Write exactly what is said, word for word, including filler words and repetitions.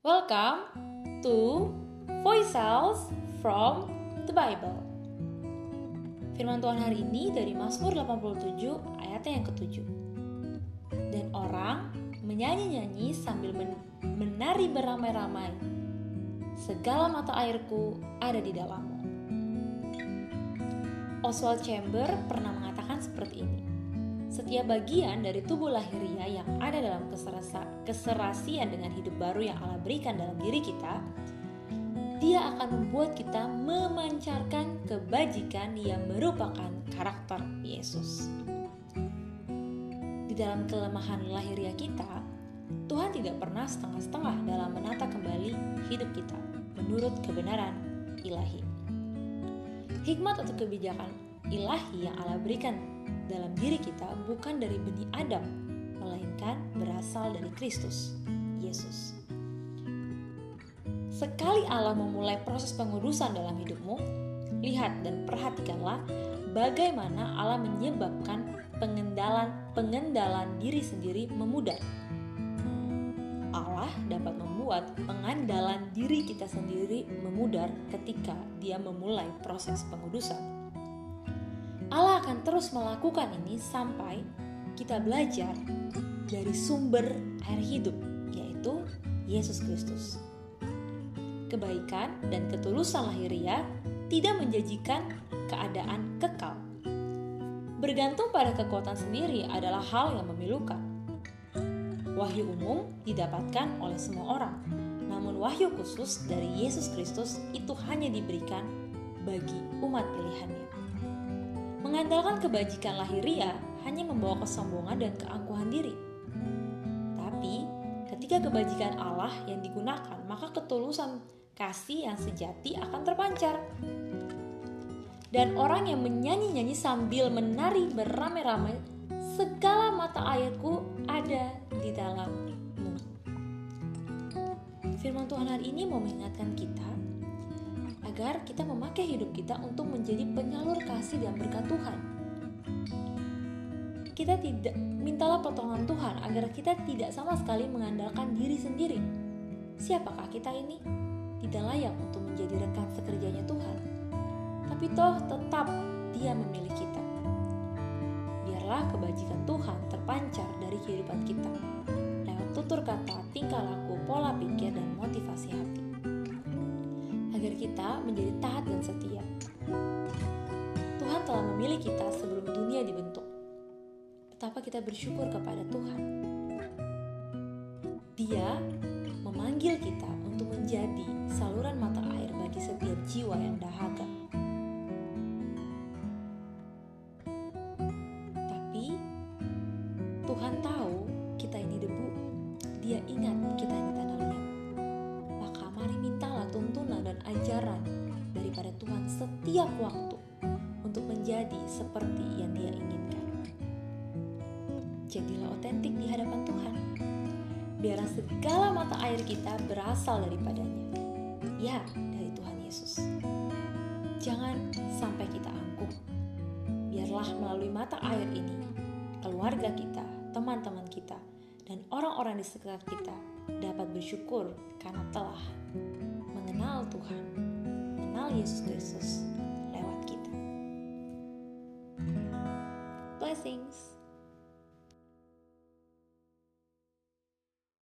Welcome to Voices from the Bible. Firman Tuhan hari ini dari Mazmur delapan puluh tujuh ayatnya yang ketujuh. Dan orang menyanyi-nyanyi sambil men- menari beramai-ramai. Segala mata airku ada di dalammu. Oswald Chamber pernah mengatakan seperti ini. Setiap bagian dari tubuh lahiriah yang ada dalam keserasa, keserasian dengan hidup baru yang Allah berikan dalam diri kita, Dia akan membuat kita memancarkan kebajikan yang merupakan karakter Yesus. Di dalam kelemahan lahiriah kita, Tuhan tidak pernah setengah-setengah dalam menata kembali hidup kita menurut kebenaran ilahi. Hikmat atau kebijakan ilahi yang Allah berikan dalam diri kita bukan dari benih Adam, melainkan berasal dari Kristus, Yesus. Sekali Allah memulai proses pengudusan dalam hidupmu, lihat dan perhatikanlah bagaimana Allah menyebabkan pengendalan pengendalan diri sendiri memudar. Allah dapat membuat pengandalan diri kita sendiri memudar ketika Dia memulai proses pengudusan. Allah akan terus melakukan ini sampai kita belajar dari sumber air hidup, yaitu Yesus Kristus. Kebaikan dan ketulusan lahiriah tidak menjanjikan keadaan kekal. Bergantung pada kekuatan sendiri adalah hal yang memilukan. Wahyu umum didapatkan oleh semua orang, namun wahyu khusus dari Yesus Kristus itu hanya diberikan bagi umat pilihannya. Mengandalkan kebajikan lahiriah hanya membawa kesombongan dan keangkuhan diri. Tapi, ketika kebajikan Allah yang digunakan, maka ketulusan kasih yang sejati akan terpancar. Dan orang yang menyanyi-nyanyi sambil menari beramai-ramai, segala mata airku ada di dalammu. Firman Tuhan hari ini mau mengingatkan kita agar kita memakai hidup kita untuk menjadi penyalur kasih dan berkat Tuhan. Kita tidak mintalah pertolongan Tuhan agar kita tidak sama sekali mengandalkan diri sendiri. Siapakah kita ini? Tidak layak untuk menjadi rekan sekerjanya Tuhan. Tapi toh tetap Dia memilih kita. Biarlah kebajikan Tuhan terpancar dari kehidupan kita lewat tutur kata, tingkah laku, pola pikir, dan motivasi hati. Agar kita menjadi taat dan setia. Tuhan telah memilih kita sebelum dunia dibentuk. Betapa kita bersyukur kepada Tuhan. Dia memanggil kita untuk menjadi saluran mata air bagi setiap jiwa yang dahaga. Tapi Tuhan tahu kita ini debu. Dia ingat kita ini tanah liat. Maka mari mintalah tuntunan dan ajaran daripada Tuhan setiap waktu untuk menjadi seperti yang Dia inginkan. Jadilah otentik di hadapan Tuhan. Biarlah segala mata air kita berasal daripadanya. Ya, dari Tuhan Yesus. Jangan sampai kita angkuh. Biarlah melalui mata air ini, keluarga kita, teman-teman kita, dan orang-orang di sekitar kita dapat bersyukur karena telah mengenal Tuhan, mengenal Yesus Kristus lewat kita. Blessings.